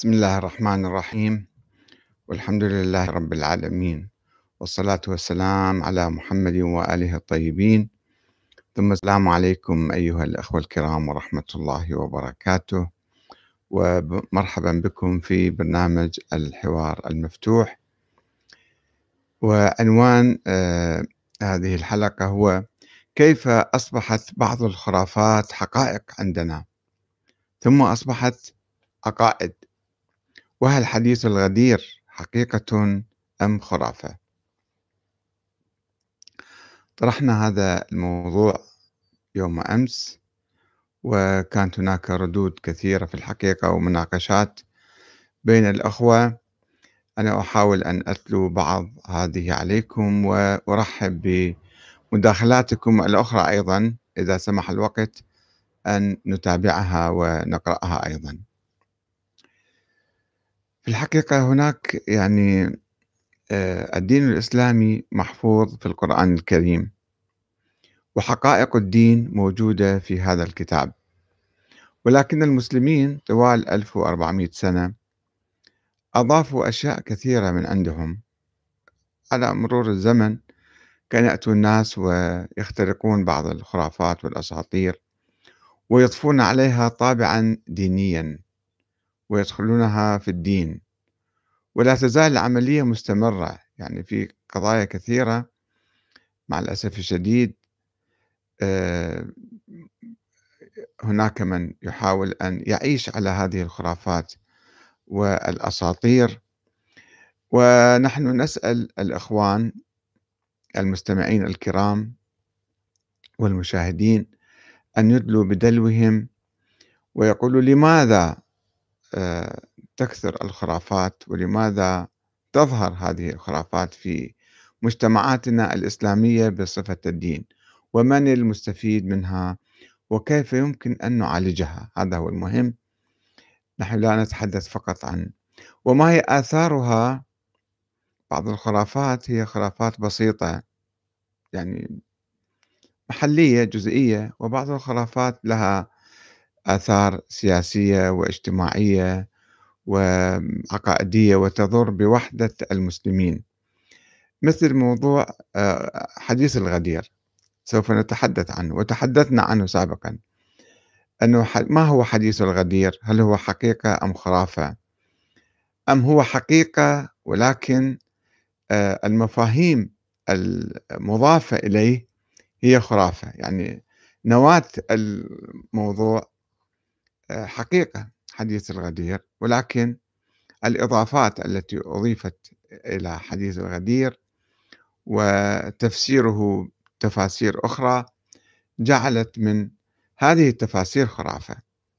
بسم الله الرحمن الرحيم، والحمد لله رب العالمين، والصلاة والسلام على محمد وآله الطيبين. ثم السلام عليكم أيها الأخوة الكرام ورحمة الله وبركاته، ومرحبا بكم في برنامج الحوار المفتوح. وعنوان هذه الحلقة هو: كيف أصبحت بعض الخرافات حقائق عندنا ثم أصبحت عقائد؟ وهل حديث الغدير حقيقة أم خرافة؟ طرحنا هذا الموضوع يوم أمس، وكانت هناك ردود كثيرة في الحقيقة ومناقشات بين الأخوة. أنا أحاول أن أتلو بعض هذه عليكم، وأرحب بمداخلاتكم الأخرى أيضا إذا سمح الوقت أن نتابعها ونقرأها أيضا. في الحقيقة هناك الدين الإسلامي محفوظ في القرآن الكريم، وحقائق الدين موجودة في هذا الكتاب، ولكن المسلمين طوال 1400 سنة أضافوا أشياء كثيرة من عندهم. على مرور الزمن كان يأتوا الناس ويخترقون بعض الخرافات والأساطير ويضفون عليها طابعا دينيا ويدخلونها في الدين، ولا تزال العملية مستمرة. في قضايا كثيرة مع الأسف الشديد آه، هناك من يحاول أن يعيش على هذه الخرافات والأساطير. ونحن نسأل الإخوان المستمعين الكرام والمشاهدين أن يدلوا بدلوهم ويقولوا لماذا تكثر الخرافات، ولماذا تظهر هذه الخرافات في مجتمعاتنا الإسلامية بصفة الدين، ومن المستفيد منها، وكيف يمكن أن نعالجها. هذا هو المهم. نحن لا نتحدث فقط عن وما هي آثارها. بعض الخرافات هي خرافات بسيطة، يعني محلية جزئية، وبعض الخرافات لها آثار سياسية واجتماعية وعقائدية وتضر بوحدة المسلمين، مثل موضوع حديث الغدير. سوف نتحدث عنه وتحدثنا عنه سابقا، أنه ما هو حديث الغدير؟ هل هو حقيقة أم خرافة؟ أم هو حقيقة ولكن المفاهيم المضافة إليه هي خرافة؟ نواة الموضوع حقيقة حديث الغدير، ولكن الإضافات التي أضيفت إلى حديث الغدير وتفسيره تفاسير أخرى جعلت من هذه التفاسير خرافة.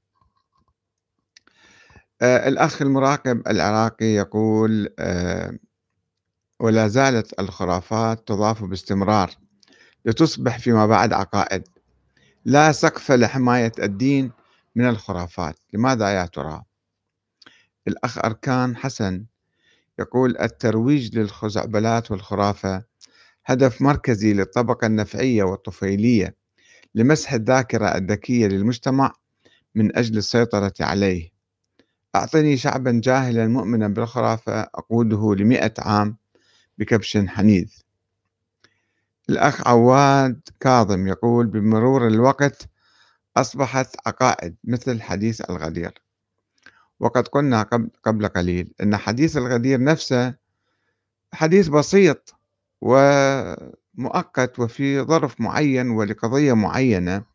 الأخ المراقب العراقي يقول: ولا زالت الخرافات تضاف باستمرار لتصبح فيما بعد عقائد، لا سقف لحماية الدين من الخرافات. لماذا يا ترى؟ الأخ أركان حسن يقول: الترويج للخزعبلات والخرافة هدف مركزي للطبقة النفعية والطفيلية لمسح الذاكرة الذكية للمجتمع من أجل السيطرة عليه. أعطني شعبا جاهلا مؤمنا بالخرافة أقوده ل100 عام بكبش حنيذ. الأخ عواد كاظم يقول: بمرور الوقت أصبحت عقائد مثل حديث الغدير. وقد قلنا قبل قليل أن حديث الغدير نفسه حديث بسيط ومؤقت وفي ظرف معين ولقضية معينة،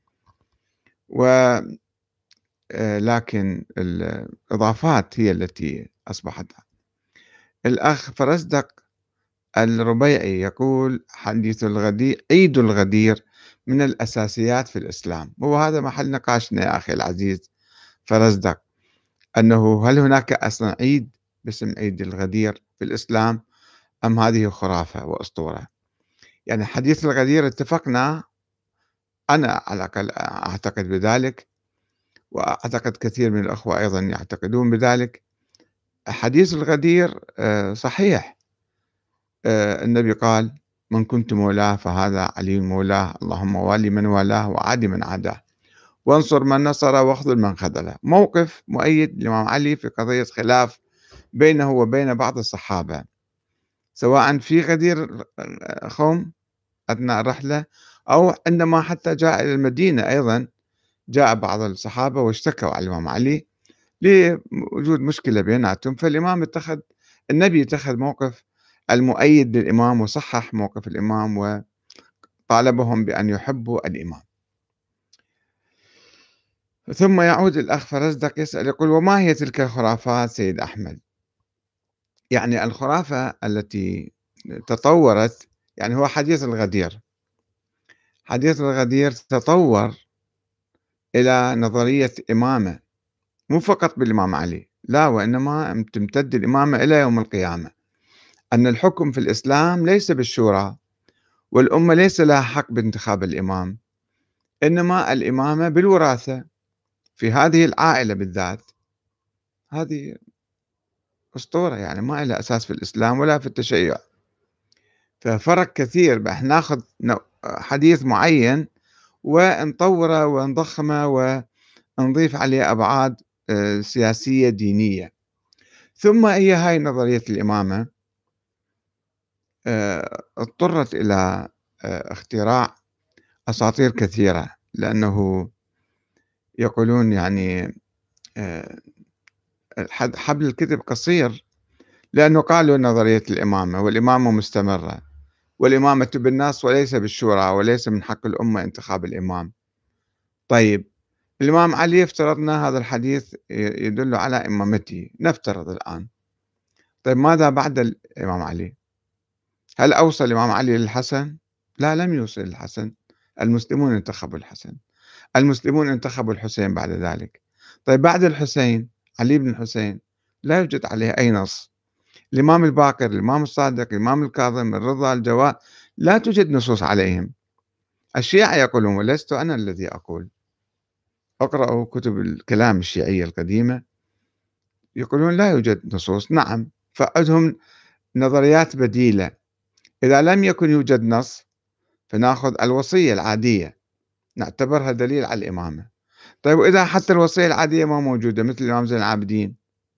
لكن الإضافات هي التي أصبحت. الأخ فرزدق الربيعي يقول: حديث الغدير، عيد الغدير من الأساسيات في الإسلام. وهذا محل نقاشنا يا أخي العزيز فرزدق، أنه هل هناك أصلا عيد باسم عيد الغدير في الإسلام، أم هذه خرافة وأسطورة؟ حديث الغدير اتفقنا، أنا على الأقل أعتقد بذلك، وأعتقد كثير من الأخوة أيضا يعتقدون بذلك. حديث الغدير صحيح. النبي قال: من كنت مولاه فهذا علي مولاه، اللهم والي من والاه وعادي من عاداه. وانصر من نصر واخذل من خذله. موقف مؤيد للإمام علي في قضية خلاف بينه وبين بعض الصحابة، سواء في غدير خوم أثناء الرحلة، أو عندما حتى جاء إلى المدينة أيضا جاء بعض الصحابة واشتكوا على الإمام علي لوجود مشكلة بيناتهم، النبي اتخذ موقف المؤيد للإمام وصحح موقف الإمام وطالبهم بأن يحبوا الإمام. ثم يعود الأخ فرزدق يسأل يقول: وما هي تلك الخرافات سيد أحمد؟ يعني الخرافة التي تطورت، يعني هو حديث الغدير، حديث الغدير تطور إلى نظرية إمامة، مو فقط بالإمام علي، لا، وإنما تمتد الإمامة إلى يوم القيامة، أن الحكم في الإسلام ليس بالشورى، والأمة ليس لها حق بانتخاب الإمام، إنما الإمامة بالوراثة في هذه العائلة بالذات. هذه أسطورة، يعني ما لها أساس في الإسلام ولا في التشيع. ففرق كثير بأن ناخذ حديث معين ونطوره ونضخمه ونضيف عليه أبعاد سياسية دينية. ثم هي هاي نظرية الإمامة اضطرت إلى اختراع أساطير كثيرة، لأنه يقولون يعني آه، حبل الكذب قصير، لأنه قالوا نظرية الإمامة والإمامة مستمرة، والإمامة بالنص وليس بالشورى، وليس من حق الأمة انتخاب الإمام. طيب، الإمام علي افترضنا هذا الحديث يدل على إمامته، نفترض الآن. طيب، ماذا بعد الإمام علي؟ هل أوصل الإمام علي للحسن؟ لا، لم يوصل للحسن. المسلمون انتخبوا الحسن، المسلمون انتخبوا الحسين بعد ذلك. طيب، بعد الحسين علي بن الحسين لا يوجد عليه أي نص. الإمام الباقر، الإمام الصادق، الإمام الكاظم، الرضا، الجواد، لا توجد نصوص عليهم. الشيعة يقولون، ولست أنا الذي أقول، اقرأوا كتب الكلام الشيعية القديمة، يقولون لا يوجد نصوص. نعم، فعندهم نظريات بديلة. إذا لم يكن يوجد نص فنأخذ الوصية العادية، نعتبرها دليل على الإمامة. طيب، وإذا حتى الوصية العادية ما موجودة، مثل الإمام زين العابدين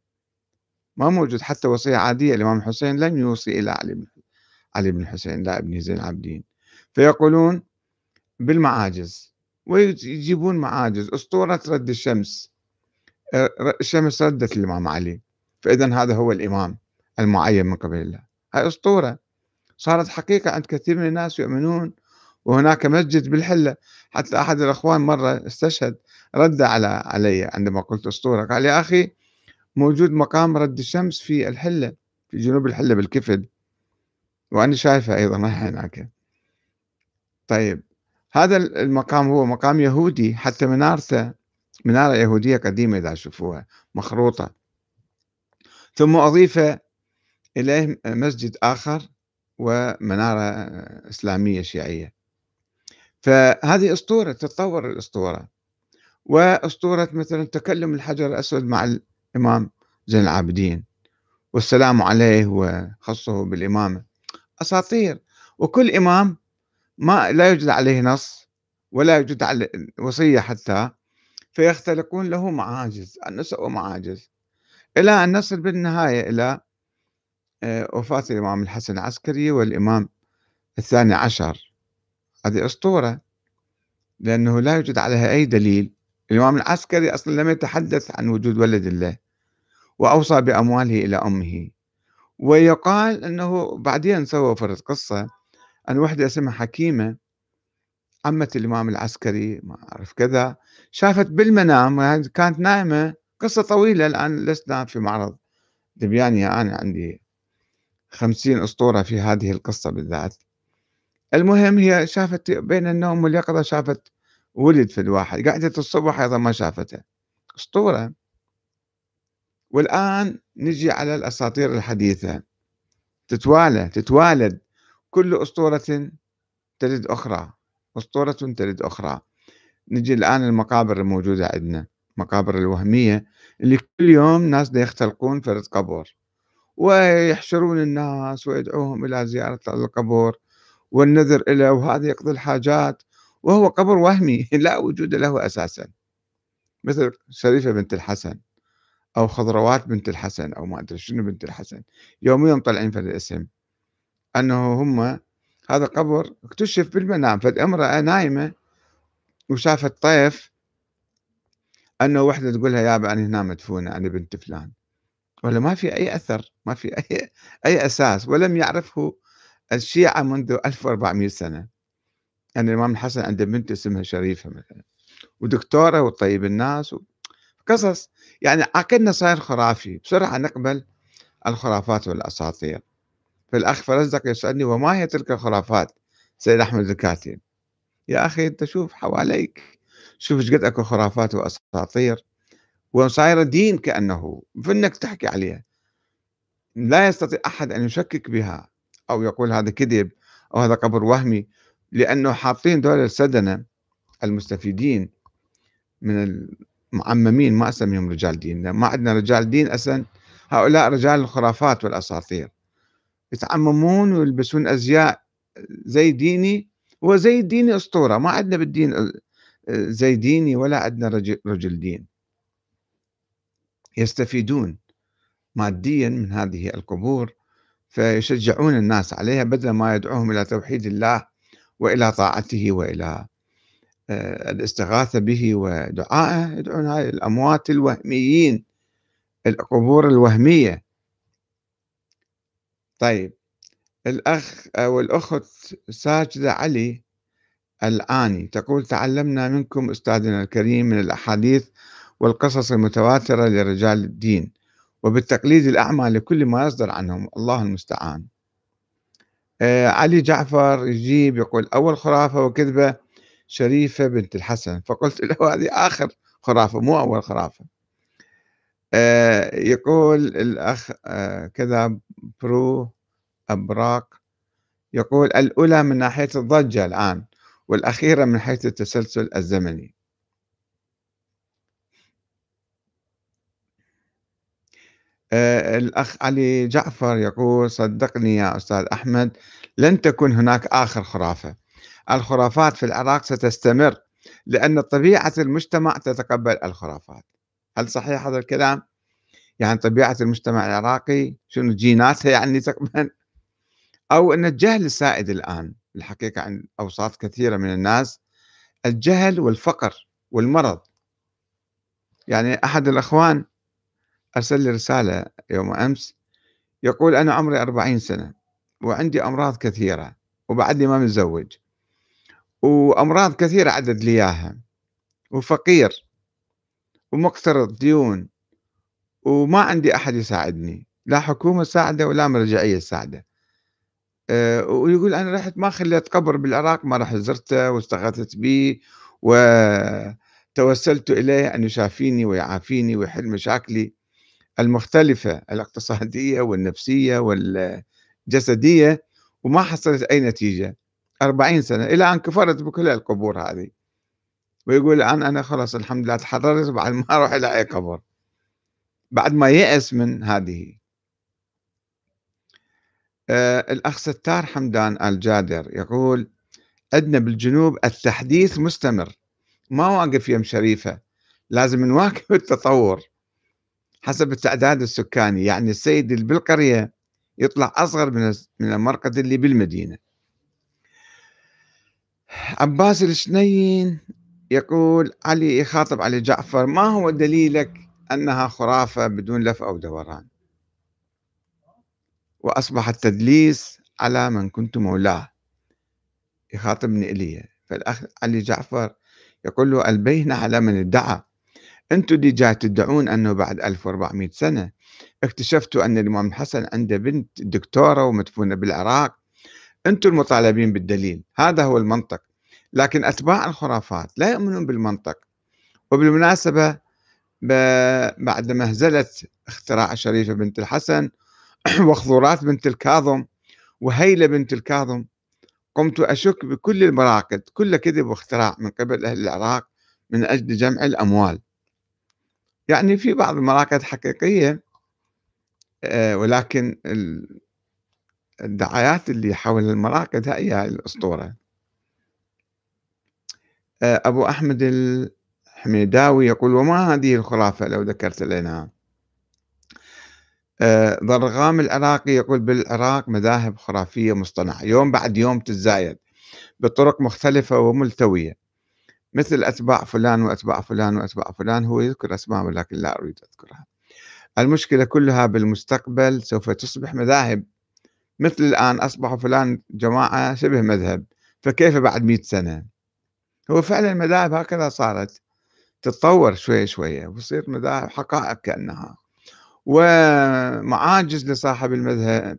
ما موجود حتى وصية عادية، الإمام الحسين لم يوصي إلى علي بن الحسين لا ابن زين العابدين، فيقولون بالمعاجز، ويجيبون معاجز. أسطورة رد الشمس، الشمس ردت الإمام علي، فإذا هذا هو الإمام المعين من قبل الله. هاي أسطورة صارت حقيقة عند كثير من الناس يؤمنون. وهناك مسجد بالحلة، حتى أحد الأخوان مرة استشهد، رد علي عندما قلت أسطورة، قال: يا أخي، موجود مقام رد الشمس في الحلة، في جنوب الحلة بالكفد، وأنا شايفه أيضا هناك. طيب، هذا المقام هو مقام يهودي، حتى منارته منارة يهودية قديمة إذا شوفوها مخروطة، ثم أضيف إليه مسجد آخر ومنارة إسلامية شيعية. فهذه أسطورة، تتطور الأسطورة. وأسطورة مثلا تكلم الحجر الأسود مع الإمام زين العابدين والسلام عليه وخصه بالإمامة، أساطير. وكل إمام ما لا يوجد عليه نص ولا يوجد عليه وصية حتى، فيختلقون له معاجز، النساء ومعاجز، إلى أن نصل بالنهاية إلى وفاة الإمام الحسن العسكري والإمام الثاني عشر. هذه أسطورة، لأنه لا يوجد عليها أي دليل. الإمام العسكري أصلا لم يتحدث عن وجود ولد الله، وأوصى بأمواله إلى أمه. ويقال أنه بعدين سووا فرد قصة أن وحدة اسمها حكيمة، عمة الإمام العسكري، ما أعرف كذا، شافت بالمنام، يعني كانت نائمة، قصة طويلة الآن لسنا في معرض دبيانية، أنا عندي 50 أسطورة في هذه القصة بالذات. المهم، هي شافت بين النوم واليقظة، شافت ولد في الواحد، قعدت الصبح أيضا ما شافته. أسطورة. والآن نجي على الأساطير الحديثة، تتوالد، كل أسطورة تلد أخرى، أسطورة تلد أخرى. نجي الآن المقابر الموجودة عندنا، مقابر الوهمية، اللي كل يوم ناس دا يختلقون فرد قبر ويحشرون الناس ويدعوهم إلى زيارة القبر والنذر إليه، وهذا يقضي الحاجات، وهو قبر وهمي لا وجود له أساسا. مثل شريفة بنت الحسن أو خضروات بنت الحسن أو ما أدري شنو بنت الحسن، يوميًا طالعين فد اسم، أنه هم هذا قبر اكتشف بالمنام، فد امرأة نايمة وشافت طيف أنه وحدة تقول لها يابا أنا هنا مدفونة أنا بنت فلان، والّا ما في أي أثر، ما في أي أساس، ولم يعرفه الشيعة منذ 1400 سنة، أن الإمام الحسن عنده بنت اسمها شريفة مثلًا، ودكتورة وتطيب الناس قصص، يعني عقلنا صاير خرافي، بسرعة نقبل الخرافات والأساطير. فالأخ فرزدق يسألني: وما هي تلك الخرافات سيد أحمد الكاتب؟ يا أخي أنت شوف حواليك، شوف ايش قد أكو خرافات وأساطير وصايرة دين كأنه، فإنك تحكي عليها، لا يستطيع أحد أن يشكك بها أو يقول هذا كذب أو هذا قبر وهمي، لأنه حاطين دول السدنة المستفيدين من المعممين، ما أسميهم رجال دين، ما عندنا رجال دين أصلا، هؤلاء رجال الخرافات والأساطير، يتعممون ويلبسون أزياء زي ديني، هو زي الديني أسطورة، ما عندنا بالدين زي ديني ولا عندنا رجل دين، يستفيدون ماديًا من هذه القبور، فيشجعون الناس عليها بدل ما يدعوهم إلى توحيد الله وإلى طاعته وإلى الاستغاثة به ودعائه، يدعون هاي الأموات الوهميين، القبور الوهمية. طيب الأخ أو الأخت ساجدة علي الآني تقول: تعلمنا منكم أستاذنا الكريم من الأحاديث والقصص المتواترة لرجال الدين وبالتقليد الأعمى لكل ما يصدر عنهم، الله المستعان. علي جعفر يجيب يقول: أول خرافة وكذبة شريفة بنت الحسن، فقلت له هذه آخر خرافة مو أول خرافة. يقول الأخ كذا برو أبراق يقول: الأولى من ناحية الضجة الآن، والأخيرة من حيث التسلسل الزمني. الأخ علي جعفر يقول: صدقني يا أستاذ أحمد، لن تكن هناك آخر خرافة، الخرافات في العراق ستستمر لأن طبيعة المجتمع تتقبل الخرافات. هل صحيح هذا الكلام؟ يعني طبيعة المجتمع العراقي شنو جيناتها يعني تقبل، أو أن الجهل السائد الآن الحقيقة عند أوساط كثيرة من الناس، الجهل والفقر والمرض. يعني أحد الأخوان أرسل لي رسالة يوم أمس يقول: أنا عمري 40 سنة وعندي أمراض كثيرة وبعدني ما متزوج وأمراض كثيرة عدد لي إياها وفقير ومقترض ديون وما عندي أحد يساعدني، لا حكومة تساعده ولا مرجعية تساعده. ويقول: أنا رحت ما خليت قبر بالعراق ما رحت زرته واستغاثت به وتوسلت إليه أن يشافيني ويعافيني ويحل مشاكلي المختلفة الاقتصادية والنفسية والجسدية، وما حصلت أي نتيجة 40 سنة إلى أن كفرت بكل القبور هذه. ويقول الآن أنا خلاص الحمد لله تحررت بعد ما أروح إلى أي قبر، بعد ما يأس من هذه. الأخ ستار حمدان الجادر يقول: عندنا بالجنوب التحديث مستمر، ما واقف يم شريفة، لازم نواكب التطور حسب التعداد السكاني، يعني السيد اللي بالقرية يطلع أصغر من المرقد اللي بالمدينة. عباس الشنيين يقول: علي يخاطب علي جعفر: ما هو دليلك أنها خرافة بدون لف أو دوران، وأصبح التدليس على من كنت مولاه؟ يخاطبني إلي. فالأخ علي جعفر يقول له: البينة على من ادعى، أنتم اللي جاي تدعون أنه بعد 1400 سنة اكتشفتوا أن الإمام الحسن عنده بنت دكتورة ومدفونة بالعراق، أنتم المطالبين بالدليل، هذا هو المنطق. لكن أتباع الخرافات لا يؤمنون بالمنطق. وبالمناسبة بعد مهزلة اختراع شريفة بنت الحسن وخضورات بنت الكاظم وهيلة بنت الكاظم، قمت أشك بكل المراقد كل كذب واختراع من قبل أهل العراق من أجل جمع الأموال. يعني في بعض المراقد حقيقية، ولكن الدعايات اللي حول المراقد هي الأسطورة. أبو أحمد الحميداوي يقول: وما هذه الخرافة لو ذكرت لنا. ضرغام العراقي يقول: بالعراق مذاهب خرافية مصطنعة يوم بعد يوم تتزايد بطرق مختلفة وملتوية، مثل أتباع فلان وأتباع فلان وأتباع فلان. هو يذكر أسماء ولكن لا أريد أذكرها. المشكلة كلها بالمستقبل سوف تصبح مذاهب، مثل الآن أصبح فلان جماعة شبه مذهب، فكيف بعد 100 سنة؟ هو فعلا المذاهب هكذا صارت، تتطور شوية شوية وتصير مذاهب حقائق كأنها، ومعاجز لصاحب المذهب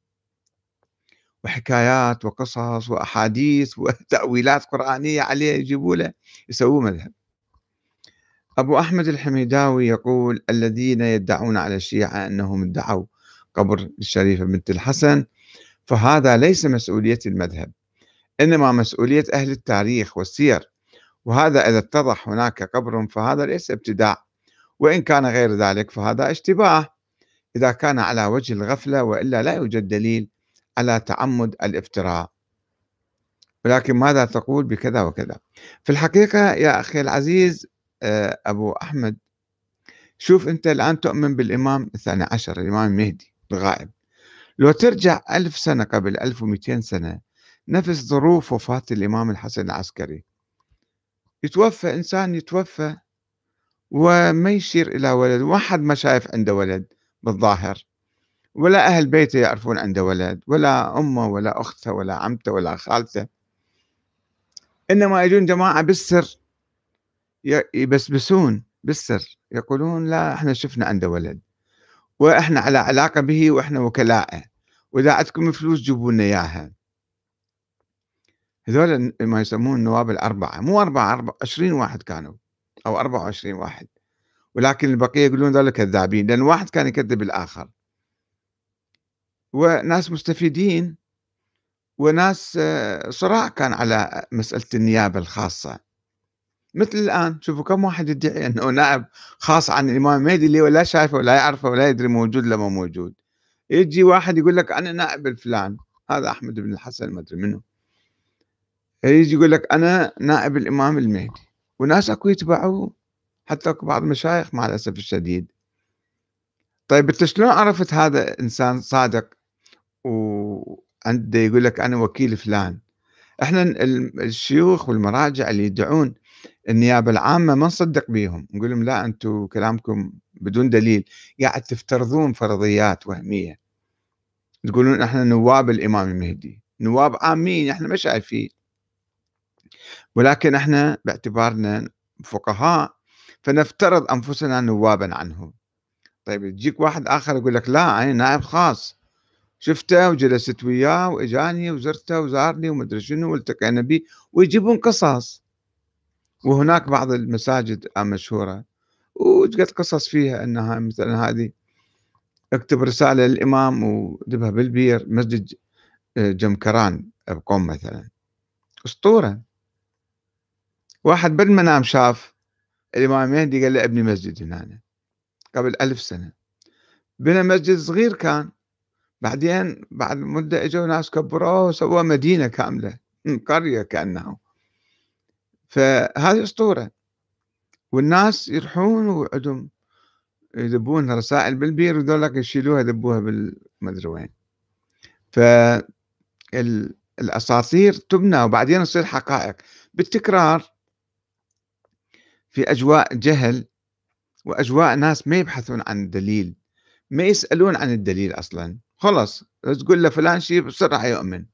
وحكايات وقصص وأحاديث وتأويلات قرآنية عليه يجيبوا له يسووه مذهب. أبو أحمد الحميداوي يقول: الذين يدعون على الشيعة أنهم ادعوا قبر الشريفة بنت الحسن، فهذا ليس مسؤولية المذهب، إنما مسؤولية أهل التاريخ والسير، وهذا إذا اتضح هناك قبر فهذا ليس ابتداع، وإن كان غير ذلك فهذا اشتباه إذا كان على وجه الغفلة، وإلا لا يوجد دليل على تعمد الافتراء. ولكن ماذا تقول بكذا وكذا؟ في الحقيقة يا أخي العزيز أبو أحمد، شوف أنت الآن تؤمن بالإمام الثاني عشر، الإمام المهدي الغائب. لو ترجع 1000 سنة قبل، 1200 سنة، نفس ظروف وفاة الإمام الحسن العسكري، يتوفى إنسان، يتوفى وما يشير إلى ولد، واحد ما شايف عنده ولد بالظاهر، ولا أهل بيته يعرفون عنده ولد، ولا أمه ولا أخته ولا عمته ولا خالته، إنما يجون جماعة بالسر يبسبسون بالسر، يقولون لا احنا شفنا عنده ولد، واحنا على علاقة به، واحنا وكلاءه، واذا عندكم فلوس جيبوا لنا اياها. هذول ما يسمون النواب الأربعة، مو أربعة 20 واحد كانوا، أو 24 واحد، ولكن البقية يقولون ذولا كذابين، لأن واحد كان يكذب الآخر، وناس مستفيدين، وناس صراع كان على مسألة النيابة الخاصة. مثل الآن شوفوا كم واحد يدعي أنه نائب خاص عن الإمام المهدي اللي ولا شايفه ولا يعرفه ولا يدري موجود ولا ما موجود. يجي واحد يقول لك أنا نائب الفلان، هذا أحمد بن الحسن ما أدري منه، يجي يقول لك أنا نائب الإمام المهدي، وناس أكو يتبعوه، حتى أكو بعض المشايخ مع الأسف الشديد. طيب أنت شلون عرفت هذا إنسان صادق وعنده يقول لك أنا وكيل فلان؟ إحنا الشيوخ والمراجع اللي يدعون النيابة العامة ما نصدق بيهم، نقول لهم لا أنتم كلامكم بدون دليل، قاعد تفترضون فرضيات وهمية، تقولون إحنا نواب الإمام المهدي، نواب عامين إحنا ما شايفين، ولكن إحنا باعتبارنا فقهاء فنفترض أنفسنا نوابا عنه. طيب يجيك واحد آخر يقول لك لا أنا نائب خاص، شفته وجلست وياه وإجاني وزرته وزارني ومدري شنو والتقينا به، ويجيبون قصص. وهناك بعض المساجد المشهورة وجدت قصص فيها أنها مثلا هذه، اكتب رسالة للإمام ودبها بالبير، مسجد جمكران بقوم مثلا، أسطورة. واحد بالمنام شاف الإمام المهدي قال له ابني مسجد هنا قبل 1000 سنة، بنى مسجد صغير كان، بعدين بعد مدة اجوا ناس كبروه وسووا مدينة كاملة، قرية كأنها. فهذه أسطورة، والناس يروحون وعندهم يذبون رسائل بالبير وذولك يشيلوها يذبوها بالمدري وين. فالأساطير تبنى وبعدين تصير حقائق بالتكرار، في أجواء جهل وأجواء ناس ما يبحثون عن الدليل، ما يسألون عن الدليل أصلا، خلص تقول له فلان شيء بسرعة يؤمن.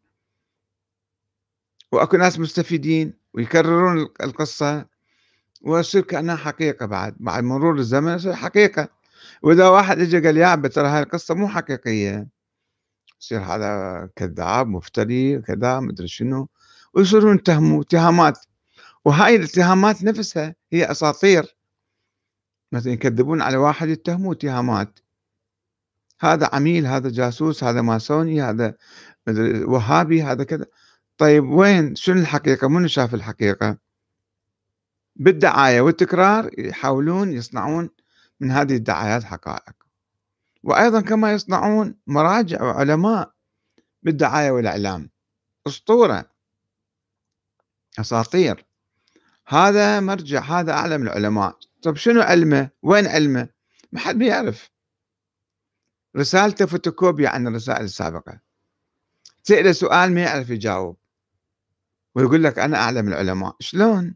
وأكو ناس مستفيدين ويكررون القصة ويصير كأنها حقيقة، بعد مرور الزمن يصير حقيقة. وإذا واحد إجا قال يا عم ترى هاي القصة مو حقيقية، يصير هذا كذاب مفتري كذا مدري شنو، ويصيرون يتهموا اتهامات، وهاي الاتهامات نفسها هي أساطير. مثلا يكذبون على واحد يتهموه اتهامات، هذا عميل، هذا جاسوس، هذا ماسوني، هذا وهابي، هذا كذا. طيب وين شنو الحقيقة؟ منو شاف الحقيقة؟ بالدعاية والتكرار يحاولون يصنعون من هذه الدعايات حقائق، وأيضا كما يصنعون مراجع وعلماء بالدعاية والإعلام، أسطورة، أساطير. هذا مرجع، هذا أعلم العلماء. طب شنو علمه؟ وين علمه؟ ما حد بيعرف. رسالته فوتوكوبيا عن الرسائل السابقة. تسأله سؤال ما يعرف يجاوب، ويقول لك أنا أعلم العلماء. شلون؟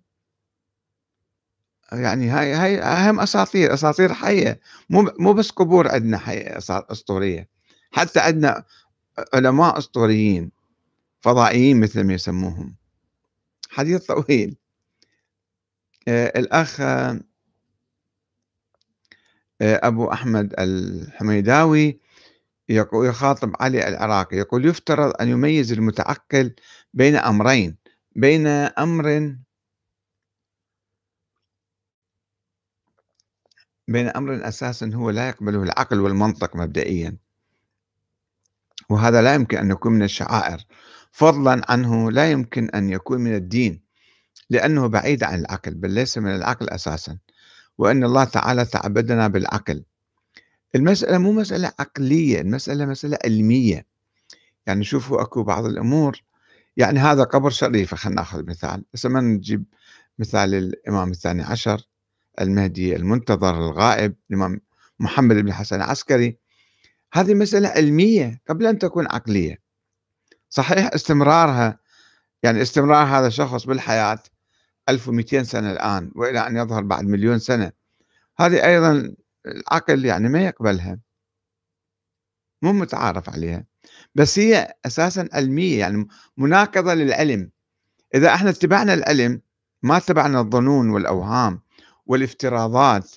يعني هاي أهم أساطير، أساطير حية. مو بس قبور عندنا حية أسطورية، حتى عندنا علماء أسطوريين فضائيين مثل ما يسموهم. حديث طويل. الأخ أبو أحمد الحميداوي يخاطب علي العراقي، يقول: يفترض أن يميز المتعقل بين أمرين، بين أمر أساسا هو لا يقبله العقل والمنطق مبدئيا، وهذا لا يمكن أن يكون من الشعائر، فضلا عنه لا يمكن أن يكون من الدين، لأنه بعيد عن العقل، بل ليس من العقل أساسا، وأن الله تعالى تعبدنا بالعقل. المسألة مو مسألة عقلية، المسألة مسألة علمية. يعني شوفوا أكو بعض الأمور، يعني هذا قبر شريف، خلينا ناخذ مثال، بس ما نجيب مثال الإمام الثاني عشر المهدي المنتظر الغائب، الإمام محمد بن الحسن العسكري. هذه مسألة علمية قبل أن تكون عقلية. صحيح استمرارها، يعني استمرار هذا الشخص بالحياة 1200 سنة الآن، وإلى أن يظهر بعد مليون سنة، هذه أيضا العقل يعني ما يقبلها، مو متعارف عليها، بس هي أساسا علمية، يعني مناقضة للعلم. إذا احنا اتبعنا العلم، ما اتبعنا الظنون والأوهام والافتراضات،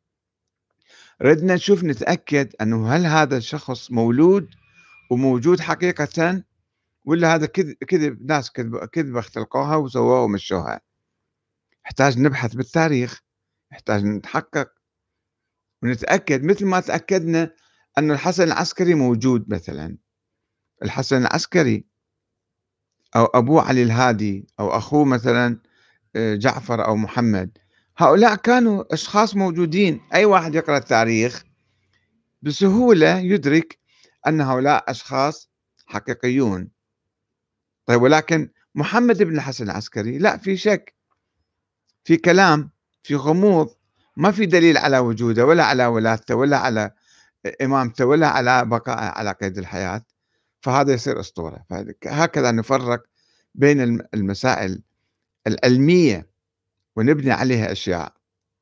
ردنا نشوف نتأكد أنه هل هذا الشخص مولود وموجود حقيقة، ولا هذا كذب، ناس كذبة اختلقوها وسووها ومشوها. يحتاج نبحث بالتاريخ، يحتاج نتحقق ونتأكد، مثل ما تأكدنا أن الحسن العسكري موجود مثلا. الحسن العسكري أو أبوه علي الهادي أو أخوه مثلا جعفر أو محمد، هؤلاء كانوا أشخاص موجودين. أي واحد يقرأ التاريخ بسهولة يدرك أن هؤلاء أشخاص حقيقيون. طيب، ولكن محمد بن الحسن العسكري لا، في شك، في كلام، في غموض، ما في دليل على وجوده ولا على ولادته ولا على إمامته ولا على بقائه على قيد الحياة. فهذا يصير أسطورة. هكذا نفرق بين المسائل العلمية ونبني عليها أشياء.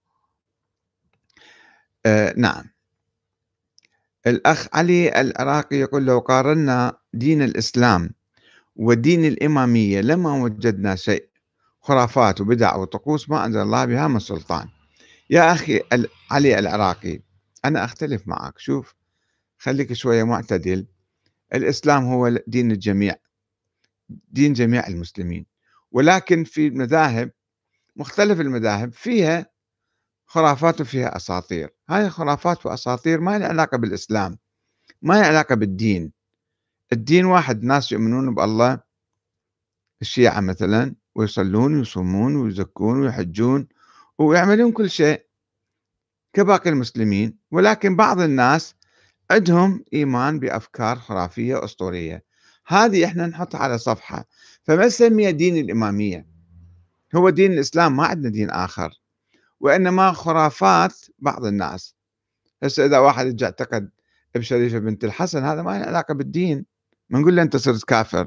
نعم. الأخ علي العراقي يقول: لو قارنا دين الإسلام ودين الإمامية لما وجدنا شيء، خرافات وبدع وطقوس ما أنزل الله بها من سلطان. يا أخي علي العراقي، أنا أختلف معك. شوف، خليك شوية معتدل. الإسلام هو دين الجميع، دين جميع المسلمين، ولكن في مذاهب، مختلف المذاهب فيها خرافات وفيها أساطير. هاي خرافات وأساطير ما لها علاقة بالإسلام، ما لها علاقة بالدين. الدين واحد، ناس يؤمنون بالله، الشيعة مثلا، ويصلون ويصومون ويزكون ويحجون ويعملون كل شيء كباقي المسلمين، ولكن بعض الناس عندهم إيمان بأفكار خرافية أسطورية، هذه إحنا نحطها على صفحة. فما نسميها دين الإمامية، هو دين الإسلام، ما عندنا دين آخر، وإنما خرافات بعض الناس. هسه إذا واحد يجي اعتقد بشريفة بنت الحسن، هذا ما له علاقة بالدين، ما نقول له أنت صرت كافر.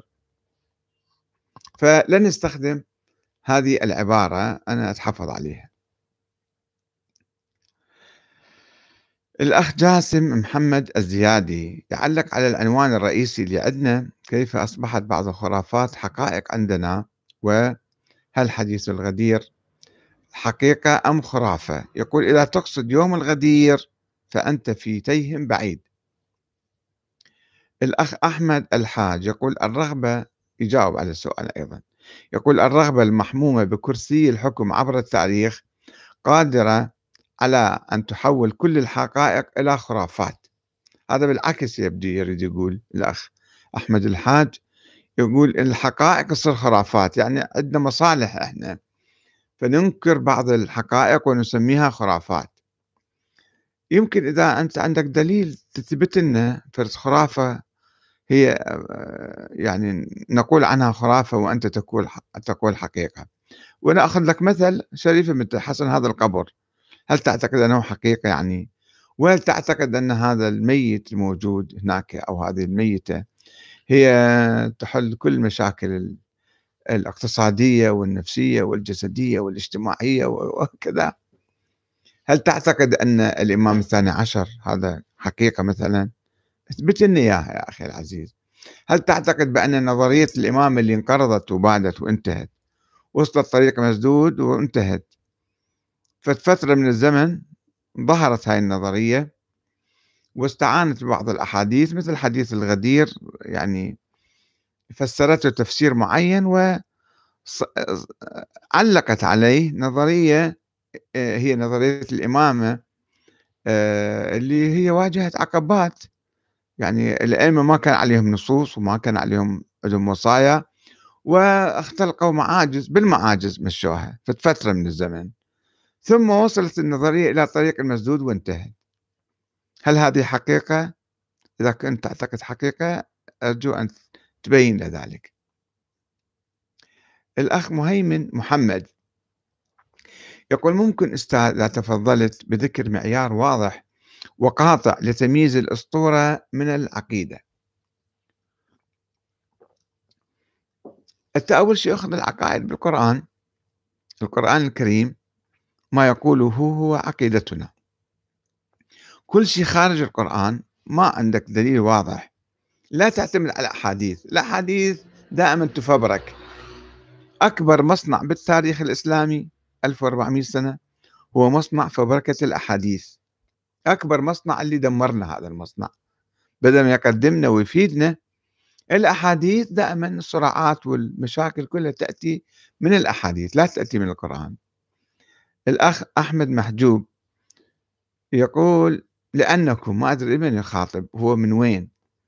فلن نستخدم هذه العبارة، أنا أتحفظ عليها. الأخ جاسم محمد الزيادي يعلق على العنوان الرئيسي اللي عندنا: كيف أصبحت بعض الخرافات حقائق عندنا، وهل حديث الغدير حقيقة أم خرافة؟ يقول: إذا تقصد يوم الغدير فأنت في تيه بعيد. الأخ أحمد الحاج يقول: الرغبة، يجاوب على السؤال أيضا، يقول: الرغبة المحمومة بكرسي الحكم عبر التاريخ قادرة على أن تحول كل الحقائق إلى خرافات. هذا بالعكس يريد يقول الأخ أحمد الحاج، يقول الحقائق تصير خرافات، يعني عندنا مصالح إحنا، فننكر بعض الحقائق ونسميها خرافات. يمكن إذا أنت عندك دليل تثبت لنا فرض خرافة هي يعني نقول عنها خرافة وأنت تقول حقيقة. وأنا أخذ لك مثل شريف مثل حسن هذا القبر، هل تعتقد أنه حقيقة يعني؟ وهل تعتقد أن هذا الميت الموجود هناك أو هذه الميتة هي تحل كل مشاكل الاقتصادية والنفسية والجسدية والاجتماعية وكذا؟ هل تعتقد أن الإمام الثاني عشر هذا حقيقة مثلا؟ اثبت لنا إياها يا أخي العزيز. هل تعتقد بأن نظرية الإمام اللي انقرضت وبعدت وانتهت وصلت طريق مسدود وانتهت، فترة من الزمن ظهرت هاي النظرية واستعانت ببعض الأحاديث مثل حديث الغدير، يعني فسرته تفسير معين وعلقت عليه نظرية هي نظرية الإمامة اللي هي واجهت عقبات. يعني الأئمة ما كان عليهم نصوص وما كان عليهم عندهم وصايا، واختلقوا معاجز بالمعاجز مشوها في فترة من الزمن، ثم وصلت النظرية إلى طريق المسدود وانتهت. هل هذه حقيقة؟ إذا كنت تعتقد حقيقة أرجو أن تبين لي ذلك. الأخ مهيمن محمد يقول: ممكن أستاذ إذا تفضلت بذكر معيار واضح وقاطع لتمييز الأسطورة من العقيدة؟ أنت أول شيء أخذ العقائد بالقرآن. القرآن الكريم ما يقوله هو عقيدتنا. كل شيء خارج القرآن ما عندك دليل واضح، لا تعتمد على أحاديث. الأحاديث دائما تفبرك. أكبر مصنع بالتاريخ الإسلامي 1400 سنة هو مصنع فبركة الأحاديث. أكبر مصنع اللي دمرنا هذا المصنع، بدل ما يقدمنا ويفيدنا. الأحاديث دائما الصراعات والمشاكل كلها تأتي من الأحاديث، لا تأتي من القرآن. الأخ أحمد محجوب يقول: لأنكم، ما أدري من يخاطب، هو من وين؟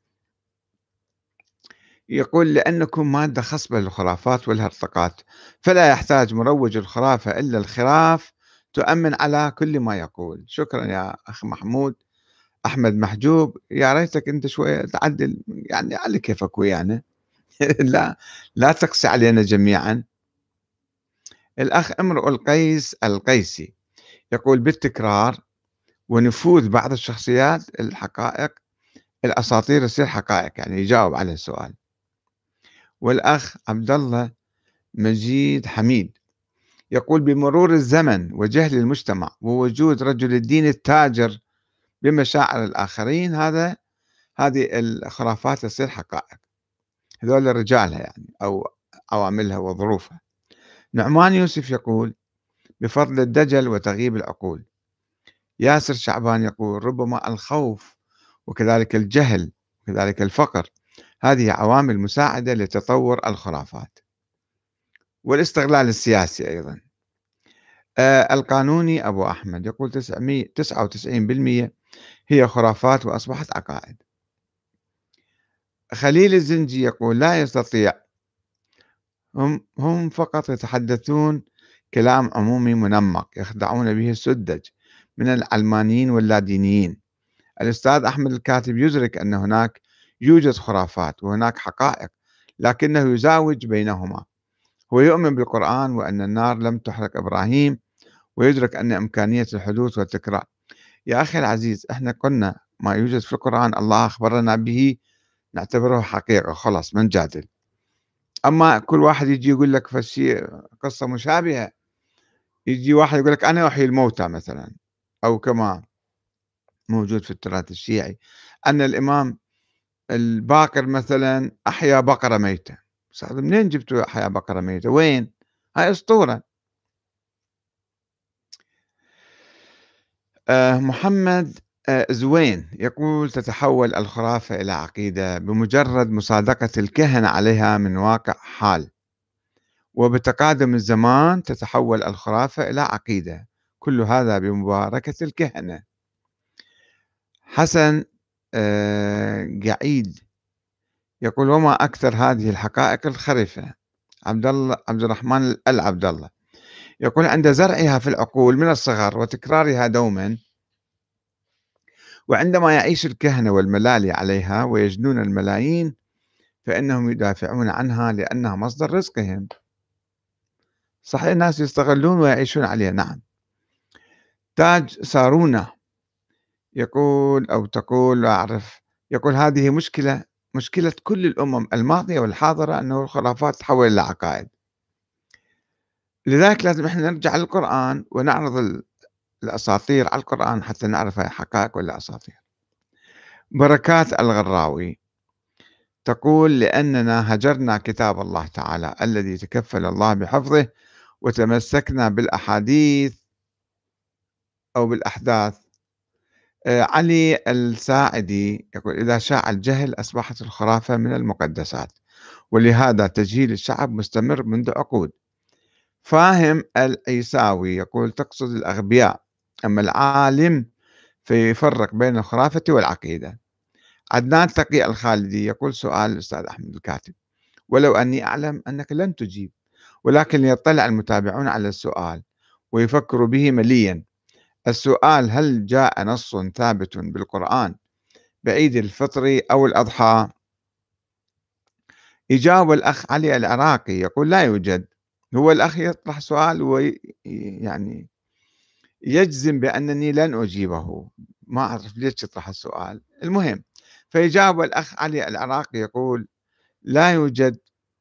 يقول: لأنكم مادة خصبة للخرافات والهرطقات، فلا يحتاج مروج الخرافة إلا الخراف تؤمن على كل ما يقول. شكرا يا أخ محمود أحمد محجوب، يا ريتك أنت شوية تعدل يعني على كيفك ويانا. لا، لا تقسي علينا جميعا. الأخ امرؤ القيس القيسي يقول: بالتكرار ونفوذ بعض الشخصيات الحقائق الأساطير تصير حقائق، يعني يجاوب على السؤال. والأخ عبد الله مجيد حميد يقول: بمرور الزمن وجهل المجتمع ووجود رجل الدين التاجر بمشاعر الآخرين، هذه الخرافات تصير حقائق. هذول رجالها يعني أو عواملها وظروفها. نعمان يوسف يقول: بفضل الدجل وتغييب العقول. ياسر شعبان يقول: ربما الخوف وكذلك الجهل وكذلك الفقر، هذه عوامل مساعدة لتطور الخرافات. والاستغلال السياسي أيضا. القانوني أبو أحمد يقول: 99% هي خرافات وأصبحت عقائد. خليل الزنجي يقول: لا يستطيع، هم فقط يتحدثون كلام عمومي منمق يخدعون به السذج من العلمانيين واللادينيين. الأستاذ أحمد الكاتب يدرك أن هناك يوجد خرافات وهناك حقائق، لكنه يزاوج بينهما. هو يؤمن بالقرآن وأن النار لم تحرق إبراهيم، ويدرك أن إمكانية الحدوث والتكرار. يا أخي العزيز، احنا قلنا ما يوجد في القرآن الله أخبرنا به نعتبره حقيقة، خلاص ما نجادل. أما كل واحد يجي يقول لك فشي قصة مشابهة، يجي واحد يقول لك أنا أحيي الموتى مثلا، أو كما موجود في التراث الشيعي أن الإمام الباقر مثلا أحيا بقرة ميتة. بس هذا منين جبتوا أحيا بقرة ميتة؟ وين؟ هاي أسطورة. محمد زوين يقول: تتحول الخرافة إلى عقيدة بمجرد مصادقة الكهنة عليها من واقع حال، وبتقادم الزمان تتحول الخرافة إلى عقيدة، كل هذا بمباركة الكهنة. حسن قعيد يقول: وما أكثر هذه الحقائق الخريفة. عبد الرحمن العبد الله يقول: عند زرعها في العقول من الصغر وتكرارها دوما، وعندما يعيش الكهنة والملالي عليها ويجنون الملايين، فإنهم يدافعون عنها لأنها مصدر رزقهم. صحيح الناس يستغلون ويعيشون عليها، نعم. تاج سارونة يقول أو تقول لا أعرف، يقول: هذه مشكلة كل الأمم الماضية والحاضرة، أنه الخرافات تحول إلى عقائد. لذلك لازم إحنا نرجع للقرآن ونعرض الأساطير على القرآن حتى نعرف هي حقائق والّا أساطير. بركات الغراوي تقول: لأننا هجرنا كتاب الله تعالى الذي تكفل الله بحفظه، وتمسكنا بالأحاديث أو بالأحداث. علي الساعدي يقول: إذا شاع الجهل أصبحت الخرافة من المقدسات، ولهذا تجهيل الشعب مستمر منذ عقود. فاهم العيساوي يقول: تقصد الأغبياء، أما العالم فيفرق بين الخرافة والعقيدة. عدنان تقي الخالدي يقول: سؤال الأستاذ أحمد الكاتب، ولو أني أعلم أنك لن تجيب، ولكن ليطلع المتابعون على السؤال ويفكروا به مليا. السؤال: هل جاء نص ثابت بالقرآن بعيد الفطر أو الأضحى؟ يجاوب الأخ علي العراقي يقول: لا يوجد. هو الأخ يطرح سؤال ويعني يجزم بأنني لن أجيبه، ما أعرف ليش يطرح السؤال، المهم. فيجاوب الأخ علي العراقي يقول: لا يوجد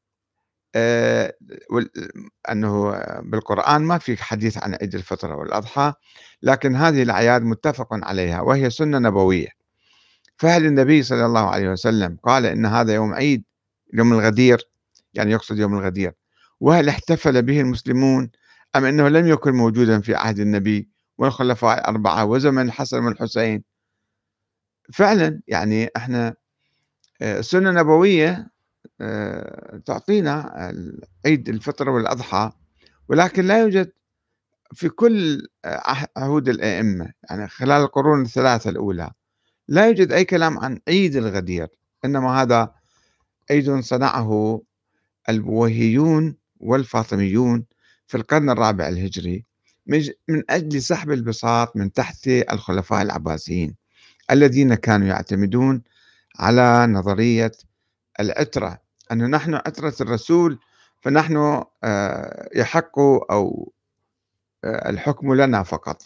وال أنه بالقرآن ما في حديث عن عيد الفطر والأضحى، لكن هذه الأعياد متفق عليها وهي سنة نبوية. فهل النبي صلى الله عليه وسلم قال إن هذا يوم عيد، يوم الغدير، يعني يقصد يوم الغدير، وهل احتفل به المسلمون، أم أنه لم يكن موجودا في عهد النبي والخلفاء الأربعة وزمن الحسن والحسين؟ فعلا يعني احنا سنة نبوية تعطينا عيد الفطر والأضحى، ولكن لا يوجد في كل عهود الأئمة، يعني خلال القرون الثلاثة الأولى لا يوجد أي كلام عن عيد الغدير، إنما هذا عيد صنعه البويهيون والفاطميون في القرن الرابع الهجري من أجل سحب البساط من تحت الخلفاء العباسيين الذين كانوا يعتمدون على نظرية العترة، أنه نحن عترة الرسول، فنحن يحق أو الحكم لنا فقط.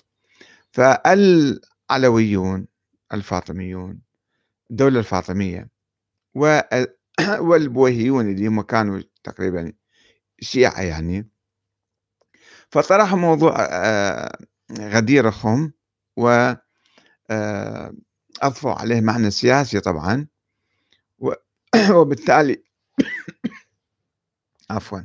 فالعلويون الفاطميون، الدولة الفاطمية، والبويهيون اللي هم كانوا تقريبا شيعة يعني، فطرحوا موضوع غدير أخهم، و أضفوا عليه معنى سياسي طبعا، و- وبالتالي عفوا